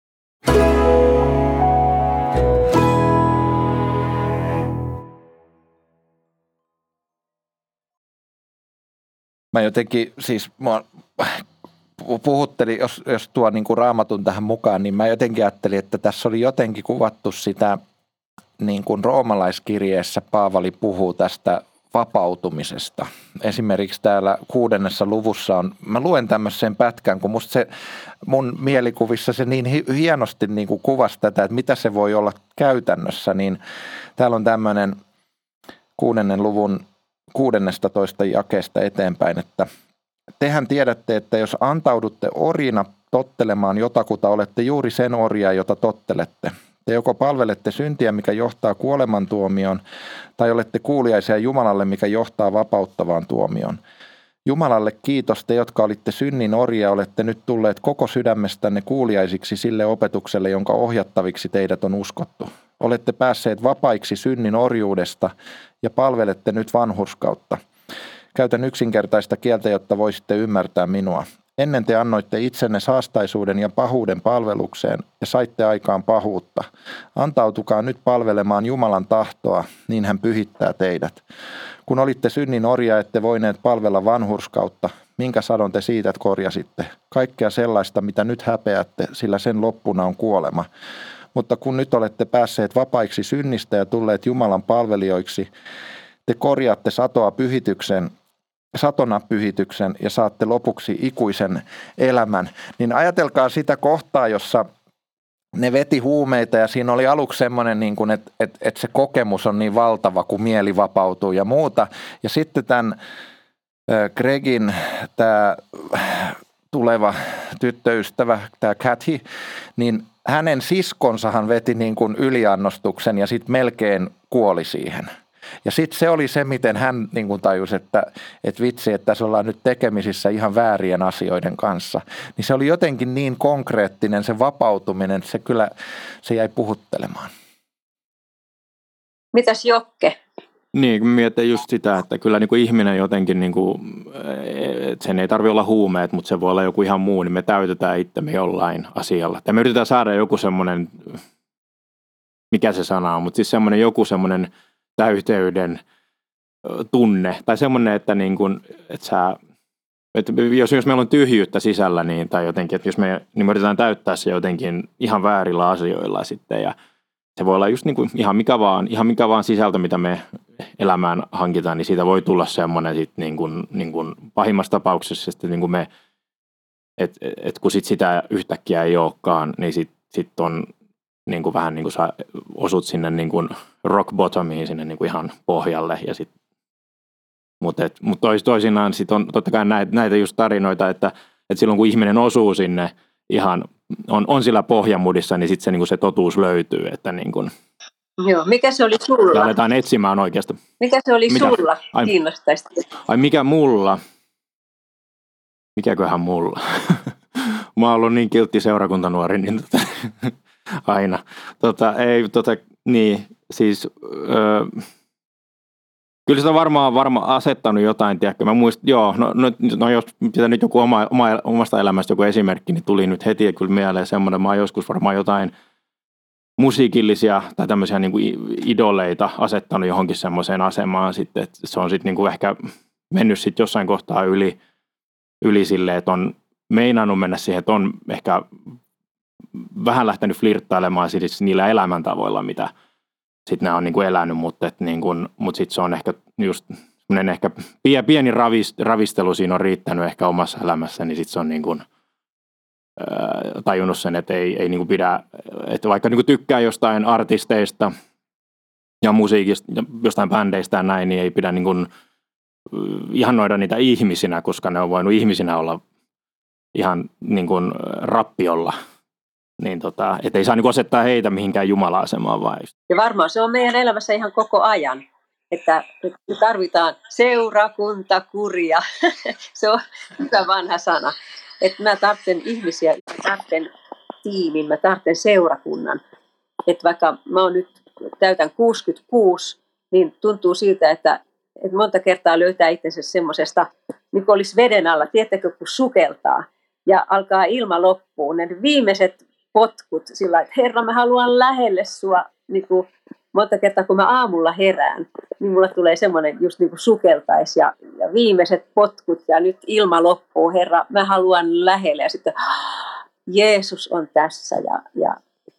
Mä jotenkin, siis mua puhuttelin, jos, jos tuo niin kuin Raamatun tähän mukaan, niin mä jotenkin ajattelin, että tässä oli jotenkin kuvattu sitä, niin kuin roomalaiskirjeessä Paavali puhuu tästä vapautumisesta. Esimerkiksi täällä kuudennessa luvussa on, mä luen tämmöisen pätkän, kun musta se mun mielikuvissa se niin hienosti niin kuin kuvasi tätä, että mitä se voi olla käytännössä, niin täällä on tämmöinen kuudennen luvun kuudennestatoista jakeesta eteenpäin, että tehän tiedätte, että jos antaudutte orjina tottelemaan jotakuta, olette juuri sen orjaa, jota tottelette. Te joko palvelette syntiä, mikä johtaa kuolemantuomioon, tai olette kuuliaisia Jumalalle, mikä johtaa vapauttavaan tuomioon. Jumalalle kiitos, te, jotka olitte synnin orjia, olette nyt tulleet koko sydämestänne kuuliaisiksi sille opetukselle, jonka ohjattaviksi teidät on uskottu. Olette päässeet vapaiksi synnin orjuudesta ja palvelette nyt vanhurskautta. Käytän yksinkertaista kieltä, jotta voisitte ymmärtää minua. Ennen te annoitte itsenne saastaisuuden ja pahuuden palvelukseen ja saitte aikaan pahuutta. Antautukaa nyt palvelemaan Jumalan tahtoa, niin hän pyhittää teidät. Kun olitte synnin orja, ette voineet palvella vanhurskautta. Minkä sadon te siitä korjasitte? Kaikkea sellaista, mitä nyt häpeätte, sillä sen loppuna on kuolema. Mutta kun nyt olette päässeet vapaiksi synnistä ja tulleet Jumalan palvelijoiksi, te korjaatte satoa pyhityksen, satona pyhityksen ja saatte lopuksi ikuisen elämän. Niin ajatelkaa sitä kohtaa, jossa ne veti huumeita ja siinä oli aluksi semmoinen, niin kuin, että, että, että se kokemus on niin valtava, kun mieli vapautuu ja muuta. Ja sitten tämän Gregin tämä tuleva tyttöystävä, tämä Kathy, niin hänen siskonsahan veti niin kuin yliannostuksen ja sitten melkein kuoli siihen. Ja sitten se oli se, miten hän niin kuin tajusi, että, että vitsi, että tässä ollaan nyt tekemisissä ihan väärien asioiden kanssa. Niin se oli jotenkin niin konkreettinen se vapautuminen, että se kyllä se jäi puhuttelemaan. Mitäs Jokke? Niin, mietin just sitä, että kyllä niin kuin ihminen jotenkin, niin kuin, että sen ei tarvitse olla huumeet, mutta se voi olla joku ihan muu, niin me täytetään itsemme jollain asialla. Tai me yritetään saada joku semmoinen, mikä se sana on, mutta siis semmoinen joku semmoinen täyteyden tunne. Tai semmoinen, että, niin kuin, että, sä, että jos, jos meillä on tyhjyyttä sisällä, niin, tai jotenkin, että jos me, niin me yritetään täyttää se jotenkin ihan väärillä asioilla sitten, ja se voi olla just niin kuin ihan mikä vaan, ihan mikä vaan sisältö, mitä me elämään hankitaan, niin siitä voi tulla semmoinen sit niin kuin, niin kuin pahimmassa tapauksessa, että niin kuin me, et, et kun sit sitä yhtäkkiä ei olekaan, niin sitten sit on niin kuin vähän niin kuin sä osut sinne niin kuin rock bottomiin, sinne niin kuin ihan pohjalle. Ja sit, mutta et, mut tois, toisinaan sit on totta kai näitä, näitä just tarinoita, että, että silloin kun ihminen osuu sinne ihan on, on sillä pohjamudissa, niin sitten se, niin se totuus löytyy. Että niin kuin, joo, mikä se oli sulla? ja aletaan etsimään oikeasta. Mikä se oli Mitä? sulla? Ai, Kiinnostaisi. ai mikä mulla? Mikäköhän mulla? Mä oon ollut niin kiltti seurakuntanuori, niin tota, aina. Tota, ei, tota, niin, siis... Öö, Kyllä sitä on varmaan, varmaan asettanut jotain, tiedätkö. Mä muistan, joo, no, no, no jos pitää nyt joku oma, oma, omasta elämästä joku esimerkki, niin tuli nyt heti kyllä mieleen semmoinen, mä oon joskus varmaan jotain musiikillisia tai tämmöisiä niin kuin idoleita asettanut johonkin semmoiseen asemaan sitten, että se on sitten niin kuin ehkä mennyt sitten jossain kohtaa yli, yli silleen, että on meinannut mennä siihen, että on ehkä vähän lähtenyt flirttailemaan siis niillä elämäntavoilla, mitä sitten nämä on niin kuin elänyt, mutta, niin mutta sitten se on ehkä just ehkä pieni ravistelu siinä on riittänyt ehkä omassa elämässä, niin sitten se on niin kuin, ää, tajunnut sen, että ei, ei niin kuin pidä, että vaikka niin kuin tykkää jostain artisteista ja musiikista, jostain bändeistä ja näin, niin ei pidä niin kuin ihannoida niitä ihmisinä, koska ne on voinut ihmisinä olla ihan niin kuin rappiolla. Niin tota, et ei saa niinku asettaa heitä mihinkään Jumala-asemaan vai. Ja varmaan se on meidän elämässä ihan koko ajan, että me tarvitaan seurakuntakuria. Se on hyvä vanha sana. Että mä tarvitsen ihmisiä, mä tarvitsen tiimin, mä tarvitsen seurakunnan. Että vaikka mä oon nyt täytän kuusikymmentäkuusi, niin tuntuu siltä, että, että monta kertaa löytää itsensä semmoisesta, niin kuin olisi veden alla, tiedättekö, kun sukeltaa ja alkaa ilma loppuun. Ne viimeiset potkut sillä, että Herra, mä haluan lähelle sua. Niin kuin monta kertaa, kun mä aamulla herään, niin mulla tulee semmoinen just niin kuin sukeltaisi ja, ja viimeiset potkut ja nyt ilma loppuu. Herra, mä haluan lähelle. Ja sitten Jeesus on tässä ja, ja,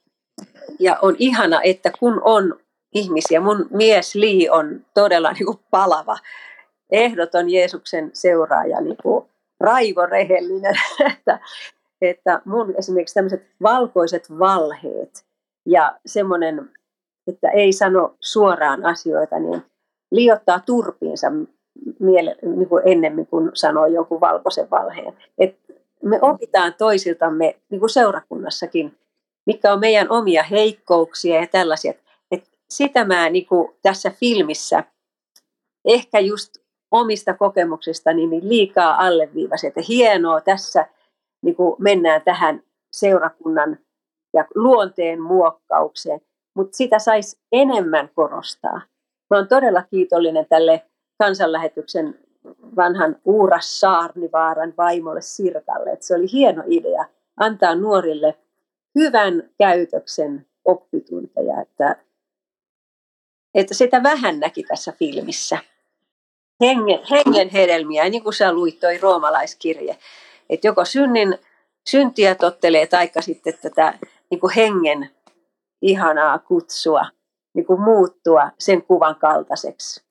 ja on ihana, että kun on ihmisiä, mun mies Lee on todella niin kuin palava, ehdoton Jeesuksen seuraaja, niin kuin raivorehellinen, että että mun esimerkiksi tämmöiset valkoiset valheet ja semmoinen, että ei sano suoraan asioita, niin liottaa turpiinsa miele, niin kuin ennemmin kuin sanoo jonkun valkoisen valheen. Et me opitaan toisiltamme, niin kuin seurakunnassakin, mitkä on meidän omia heikkouksia ja tällaisia. Et sitä mä niin kuin tässä filmissä ehkä just omista kokemuksistani niin liikaa alleviivasin, että hienoa tässä, niin kuin mennään tähän seurakunnan ja luonteen muokkaukseen, mutta sitä saisi enemmän korostaa. Mä olen todella kiitollinen tälle kansanlähetyksen vanhan Uuras Saarnivaaran vaimolle Sirkalle, että se oli hieno idea antaa nuorille hyvän käytöksen oppitunteja, että, että sitä vähän näki tässä filmissä. Hengen, hengen hedelmiä, niin kuin sä luit toi roomalaiskirje. Että joko synnin, syntiä tottelee, taikka sitten tätä niin kuin hengen ihanaa kutsua, niin kuin muuttua sen kuvan kaltaiseksi,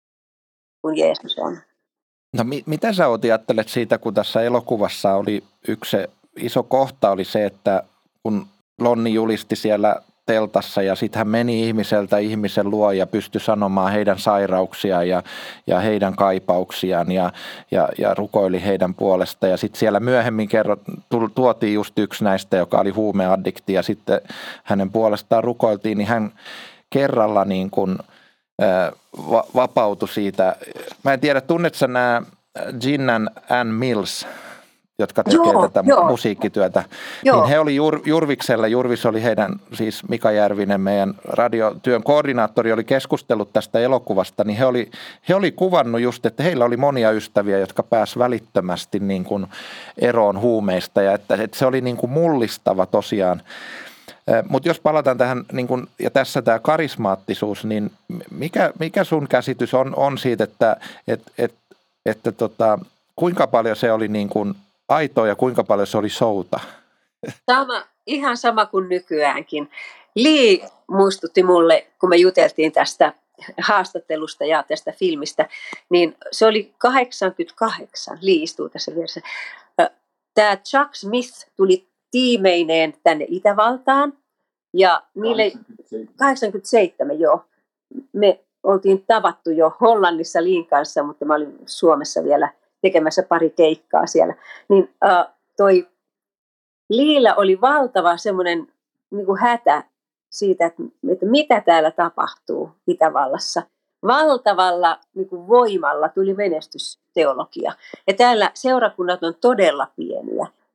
kun Jeesus on. No mitä sä ajattelet siitä, kun tässä elokuvassa oli yksi iso kohta, oli se, että kun Lonni julisti siellä teltassa ja sitten hän meni ihmiseltä ihmisen luo ja pystyi sanomaan heidän sairauksiaan ja, ja heidän kaipauksiaan ja, ja, ja rukoili heidän puolesta. Ja sitten siellä myöhemmin kerrot, tuotiin just yksi näistä, joka oli huumeaddikti ja sitten hänen puolestaan rukoiltiin, niin hän kerralla niin kuin, ää, va, vapautui siitä. Mä en tiedä, tunnetko nämä Gin and Mills, jotka tekee joo, tätä joo. musiikkityötä, joo. niin he oli Jur, Jurviksella, Jurvis oli heidän, siis Mika Järvinen, meidän radiotyön koordinaattori, oli keskustellut tästä elokuvasta, niin he oli, he oli kuvannut just, että heillä oli monia ystäviä, jotka pääsi välittömästi niin kuin eroon huumeista, ja että, että se oli niin kuin mullistava tosiaan. Mutta jos palataan tähän, niin kun, ja tässä tämä karismaattisuus, niin mikä, mikä sun käsitys on, on siitä, että et, et, että tota, kuinka paljon se oli niin kun aitoa ja kuinka paljon se oli showta? Sama, ihan sama kuin nykyäänkin. Lee muistutti mulle, kun me juteltiin tästä haastattelusta ja tästä filmistä, niin se oli kahdeksankymmentäkahdeksan, Lee istuu tässä vieressä. Tämä Chuck Smith tuli tiimeineen tänne Itävaltaan ja niille kahdeksankymmentäseitsemän joo. Me oltiin tavattu jo Hollannissa Leen kanssa, mutta mä olin Suomessa vielä tekemässä pari keikkaa siellä. Niin äh, toi Leellä oli valtava semmoinen niin kuin hätä siitä, että, että mitä täällä tapahtuu Itävallassa. Valtavalla niin kuin voimalla tuli menestysteologia. Ja täällä seurakunnat on todella pieniä.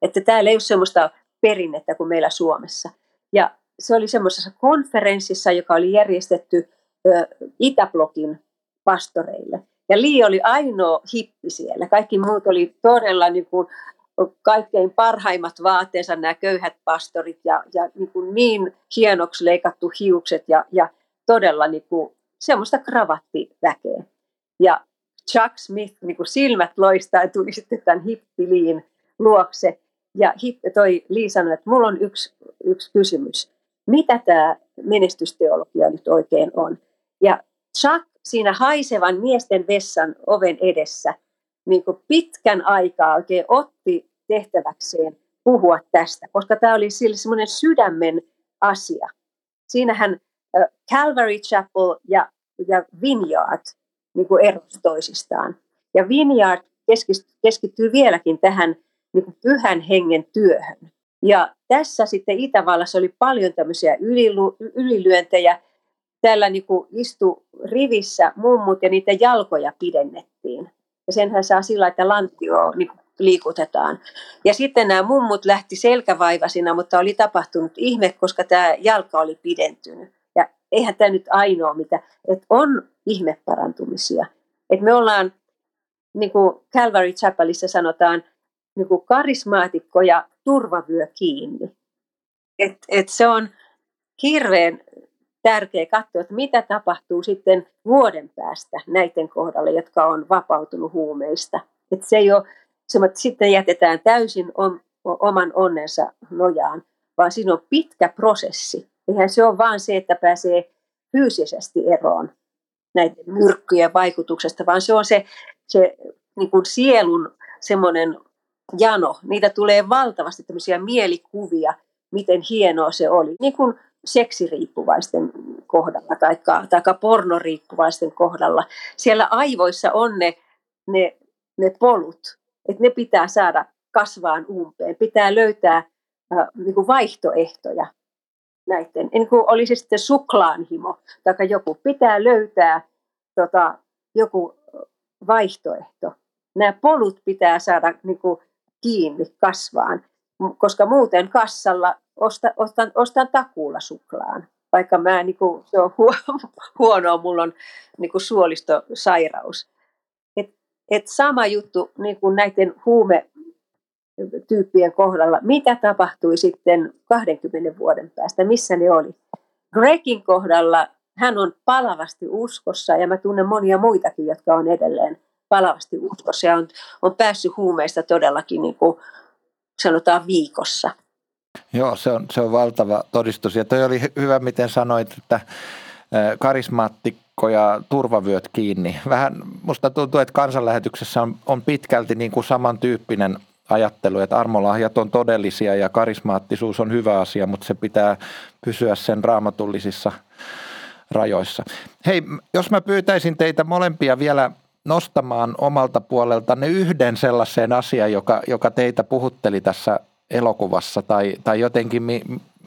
Että täällä ei ole semmoista perinnettä kuin meillä Suomessa. Ja se oli semmoisessa konferenssissa, joka oli järjestetty ö, Itäblokin pastoreille. Ja Lee oli ainoa hippi siellä. Kaikki muut oli todella niin kuin, kaikkein parhaimmat vaatteensa, nämä köyhät pastorit ja, ja niin, kuin niin hienoksi leikattu hiukset ja, ja todella niin kuin semmoista kravattiväkeä. Ja Chuck Smith niin kuin silmät loistaa ja tuli sitten tämän hippiliin luokse. Ja hippi, toi Lee sanoi, että mulla on yksi, yksi kysymys. Mitä tämä menestysteologia nyt oikein on? Ja Chuck siinä haisevan miesten vessan oven edessä niin kuin pitkän aikaa oikein otti tehtäväkseen puhua tästä, koska tämä oli sille semmoinen sydämen asia. Siinähän äh, Calvary Chapel ja, ja Vineyard niin kuin erosi toisistaan. Ja Vineyard keskittyy vieläkin tähän niin kuin pyhän hengen työhön. Ja tässä sitten Itävallassa oli paljon tämmöisiä ylilu, ylilyöntejä. Täällä niin kuin istui rivissä mummut ja niiden jalkoja pidennettiin. Ja senhän saa sillä, että lanttioa niin kuin liikutetaan. Ja sitten nämä mummut lähti selkävaivasina, mutta oli tapahtunut ihme, koska tämä jalka oli pidentynyt. Ja eihän tämä nyt ainoa mitä, että on ihmeparantumisia. Että me ollaan, niin kuin Calvary Chapelissa sanotaan, niin kuin karismaatikko ja turvavyö kiinni. Et, et se on hirveän tärkeää katsoa, että mitä tapahtuu sitten vuoden päästä näiden kohdalla, jotka on vapautunut huumeista. Et se ei ole semmoinen, että sitten jätetään täysin oman onnensa nojaan, vaan siinä on pitkä prosessi. Eihän se ole vaan se, että pääsee fyysisesti eroon näiden myrkkyjen vaikutuksesta, vaan se on se, se niin kuin sielun semmoinen jano. Niitä tulee valtavasti tämmöisiä mielikuvia, miten hienoa se oli. Niin kuin seksiriippuvaisten kohdalla tai, tai pornoriippuvaisten kohdalla. Siellä aivoissa on ne, ne, ne polut, että ne pitää saada kasvaan umpeen. Pitää löytää äh, niin kuin vaihtoehtoja näiden. Niin kuin oli se sitten suklaanhimo tai joku. Pitää löytää tota, joku vaihtoehto. Nämä polut pitää saada niin kuin kiinni kasvaan, koska muuten kassalla ostan, ostan, ostan takuulla suklaan. Vaikka mä, niin kuin, se on huonoa, mulla on niin kuin suolistosairaus. Et, et sama juttu niin kuin näiden huumetyyppien kohdalla. Mitä tapahtui sitten kahdenkymmenen vuoden päästä? Missä ne oli? Gregin kohdalla hän on palavasti uskossa ja mä tunnen monia muitakin, jotka on edelleen palavasti uskossa ja on, on päässyt huumeista todellakin niin kuin sanotaan viikossa. Joo, se on, se on valtava todistus. Ja toi oli hyvä, miten sanoit, että karismaattikko ja turvavyöt kiinni. Vähän musta tuntuu, että kansanlähetyksessä on, on pitkälti niin kuin samantyyppinen ajattelu, että armolahjat on todellisia ja karismaattisuus on hyvä asia, mutta se pitää pysyä sen raamatullisissa rajoissa. Hei, jos mä pyytäisin teitä molempia vielä nostamaan omalta puoleltanne yhden sellaisen asian, joka, joka teitä puhutteli tässä elokuvassa tai, tai jotenkin mi,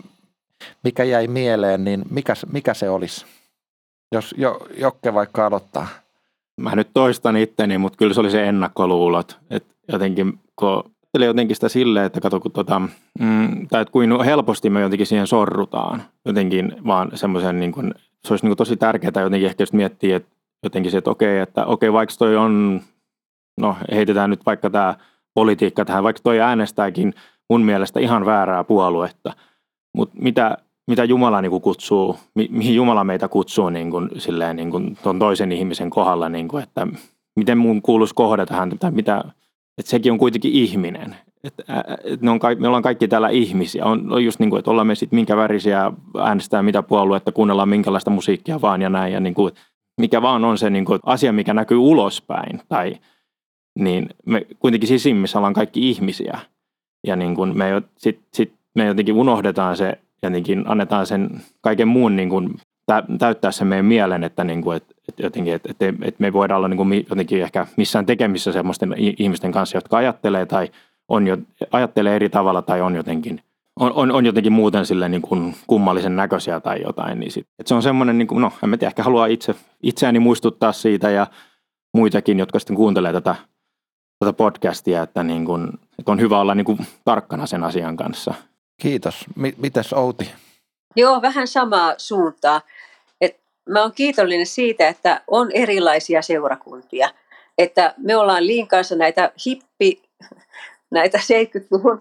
mikä jäi mieleen, niin mikä, mikä se olisi? Jos jo, Jokke vaikka aloittaa. Mä nyt toistan itteni, mutta kyllä se oli se ennakkoluulot. Että jotenkin, kun eli jotenkin sitä silleen, että kato, kun tota, mm, tai että kuin helposti me jotenkin siihen sorrutaan. Jotenkin vaan semmoisen, niin kuin, se olisi niin kuin tosi tärkeää jotenkin ehkä just miettiä, että jotenkin se, että okei, että okei, vaikka toi on, no heitetään nyt vaikka tämä politiikka tähän, vaikka toi äänestääkin mun mielestä ihan väärää puoluetta, mutta mitä, mitä Jumala niin kuin kutsuu, mi, mihin Jumala meitä kutsuu niin kuin, silleen, niin kuin ton toisen ihmisen kohdalla, niin kuin, että miten mun kuuluisi kohdata häntä, tai mitä, että sekin on kuitenkin ihminen. Että, että ne on, me ollaan kaikki täällä ihmisiä. On, on just niin kuin, että ollaan me sitten minkä värisiä, äänestää mitä puoluetta, kuunnellaan minkälaista musiikkia vaan ja näin, ja niin kuin, mikä vaan on se niin kuin, asia, mikä näkyy ulospäin, tai niin me kuitenkin sisimmissä ollaan kaikki ihmisiä. Ja niin kuin me, sit, sit me jotenkin unohdetaan se, jotenkin annetaan sen kaiken muun niin kuin täyttää sen meidän mielen, että, niin kuin, että, että, jotenkin, että, että me voidaan olla niin kuin jotenkin ehkä missään tekemissä semmoisten ihmisten kanssa, jotka ajattelee tai on jo, ajattelee eri tavalla tai on jotenkin, on, on, on jotenkin muuten silleen niin kuin kummallisen näköisiä tai jotain. Niin sit, että se on semmoinen, niin kuin, no en tiedä, ehkä haluaa itse, itseäni muistuttaa siitä ja muitakin, jotka sitten kuuntelee tätä tätä podcastia, että, niin kuin, että on hyvä olla niin kuin tarkkana sen asian kanssa. Kiitos. Mites Outi? Joo, vähän samaa suuntaa. Et mä oon kiitollinen siitä, että on erilaisia seurakuntia. Että me ollaan Liin kanssa näitä hippi, näitä seitsemänkymmentäluvun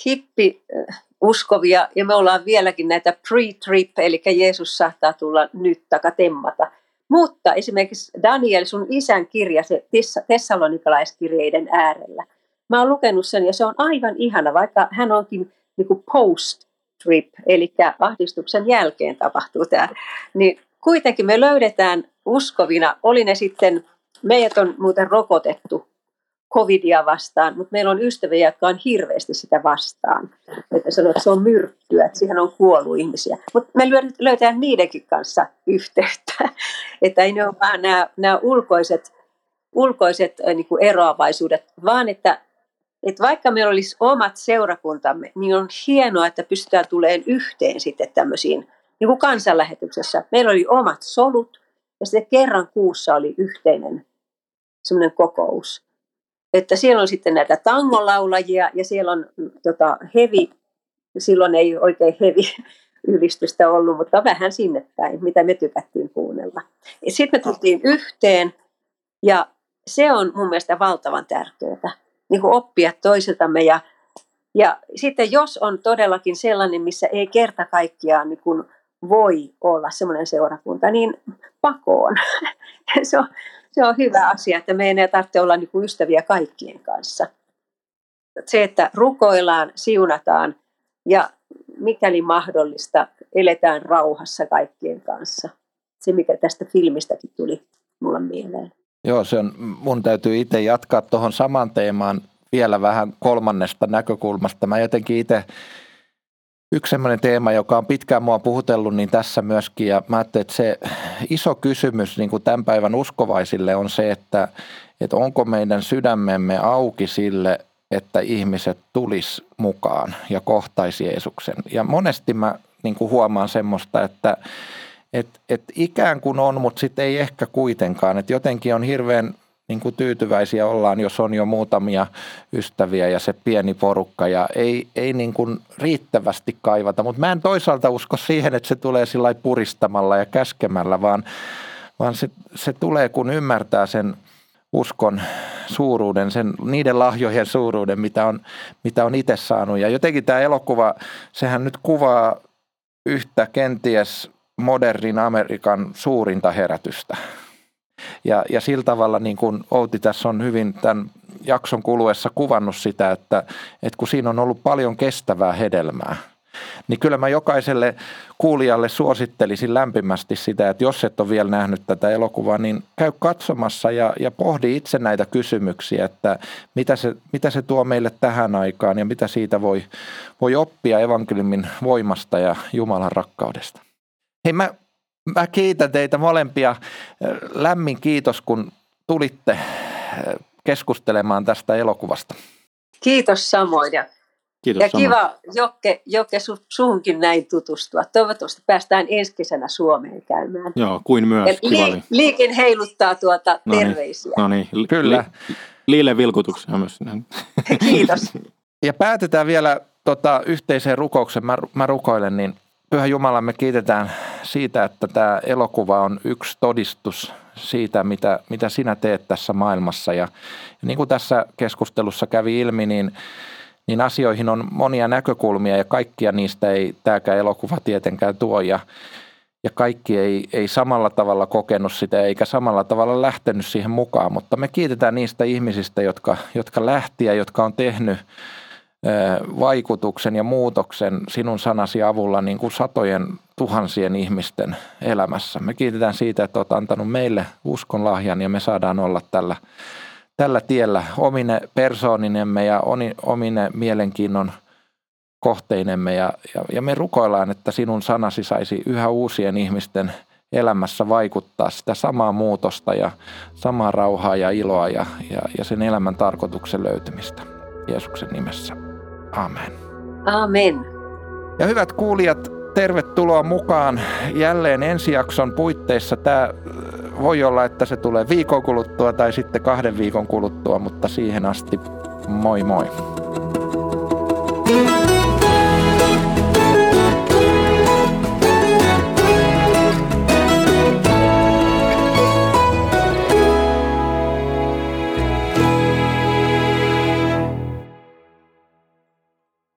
hippi-uskovia, ja me ollaan vieläkin näitä pre-trip, eli Jeesus saattaa tulla nyt takatemmata. Mutta esimerkiksi Daniel, sun isän kirja, se tessalonikalaiskirjeiden äärellä. Mä oon lukenut sen, ja se on aivan ihana, vaikka hän onkin niin kuin post-trip, eli ahdistuksen jälkeen tapahtuu tämä. Niin kuitenkin me löydetään uskovina, oli ne sitten, meidät on muuten rokotettu covidia vastaan, mutta meillä on ystäviä, jotka on hirveästi sitä vastaan. Että sanoo, että se on myrkkyä, että siihen on kuollut ihmisiä. Mutta me löytään niidenkin kanssa yhteyttä. Että ei ne ole vaan nämä, nämä ulkoiset, ulkoiset niin kuin eroavaisuudet, vaan että, että vaikka meillä olisi omat seurakuntamme, niin on hienoa, että pystytään tulemaan yhteen sitten tämmöisiin, niin kuin kansanlähetyksessä. Meillä oli omat solut, ja sitten kerran kuussa oli yhteinen semmoinen kokous. Että siellä on sitten näitä tangolaulajia ja siellä on tota, hevi, silloin ei oikein hevi ylistystä ollut, mutta vähän sinne päin, mitä me tykättiin kuunnella. Sitten me tultiin yhteen ja se on mun mielestä valtavan tärkeää, niin kuin oppia toisiltamme. Ja, ja sitten jos on todellakin sellainen, missä ei kerta kaikkiaan niin kuin voi olla semmoinen seurakunta, niin pakoon. se on Se on hyvä asia, että meidän ei tarvitse olla niin kuin ystäviä kaikkien kanssa. Se, että rukoillaan, siunataan ja mikäli mahdollista, eletään rauhassa kaikkien kanssa. Se, mikä tästä filmistäkin tuli mulle mieleen. Joo, se on, mun täytyy itse jatkaa tuohon saman teemaan vielä vähän kolmannesta näkökulmasta. Mä jotenkin itse, yksi sellainen teema, joka on pitkään mua puhutellut, niin tässä myöskin, ja mä ajattelin, että se iso kysymys niin kuin tämän päivän uskovaisille on se, että, että onko meidän sydämemme auki sille, että ihmiset tulis mukaan ja kohtaisi Jeesuksen. Ja monesti mä niin kuin huomaan semmoista, että et, et ikään kuin on, mutta sitten ei ehkä kuitenkaan. Että jotenkin on hirveän niin kuin tyytyväisiä ollaan, jos on jo muutamia ystäviä ja se pieni porukka ja ei, ei niin kuin riittävästi kaivata. Mutta mä en toisaalta usko siihen, että se tulee sillä puristamalla ja käskemällä, vaan, vaan se, se tulee, kun ymmärtää sen uskon suuruuden, sen, niiden lahjojen suuruuden, mitä on, mitä on itse saanut. Ja jotenkin tämä elokuva, sehän nyt kuvaa yhtä kenties modernin Amerikan suurinta herätystä. Ja, ja sillä tavalla, niin kuin Outi tässä on hyvin tämän jakson kuluessa kuvannut sitä, että, että kun siinä on ollut paljon kestävää hedelmää, niin kyllä mä jokaiselle kuulijalle suosittelisin lämpimästi sitä, että jos et ole vielä nähnyt tätä elokuvaa, niin käy katsomassa ja, ja pohdi itse näitä kysymyksiä, että mitä se, mitä se tuo meille tähän aikaan ja mitä siitä voi, voi oppia evankeliumin voimasta ja Jumalan rakkaudesta. Hei, mä Mä kiitän teitä molempia. Lämmin kiitos, kun tulitte keskustelemaan tästä elokuvasta. Kiitos samoin. Ja, Kiitos ja samoin. kiva, Jokke, Jokke su, suhunkin näin tutustua. Toivottavasti päästään ensi kesänä Suomeen käymään. Joo, kuin myös. Li, liikin heiluttaa tuota terveisiä. No niin, li, kyllä. Li, Liille vilkutuksia myös. Kiitos. Ja päätetään vielä tota, yhteiseen rukoukseen. Mä, mä rukoilen, niin Pyhä Jumala, me kiitetään siitä, että tämä elokuva on yksi todistus siitä, mitä, mitä sinä teet tässä maailmassa. Ja, ja niin kuin tässä keskustelussa kävi ilmi, niin, niin asioihin on monia näkökulmia ja kaikkia niistä ei tämäkään elokuva tietenkään tuo. Ja, ja kaikki ei, ei samalla tavalla kokenut sitä eikä samalla tavalla lähtenyt siihen mukaan. Mutta me kiitetään niistä ihmisistä, jotka, jotka lähti ja jotka on tehnyt vaikutuksen ja muutoksen sinun sanasi avulla niin kuin satojen tuhansien ihmisten elämässä. Me kiitetään siitä, että olet antanut meille uskon lahjan ja me saadaan olla tällä, tällä tiellä omine persooninemme ja omine mielenkiinnon kohteinemme ja, ja, ja me rukoillaan, että sinun sanasi saisi yhä uusien ihmisten elämässä vaikuttaa sitä samaa muutosta ja samaa rauhaa ja iloa ja, ja, ja sen elämän tarkoituksen löytymistä Jeesuksen nimessä. Amen. Amen. Ja hyvät kuulijat, tervetuloa mukaan jälleen ensi jakson puitteissa. Tämä voi olla, että se tulee viikon kuluttua tai sitten kahden viikon kuluttua. mutta siihen asti moi moi.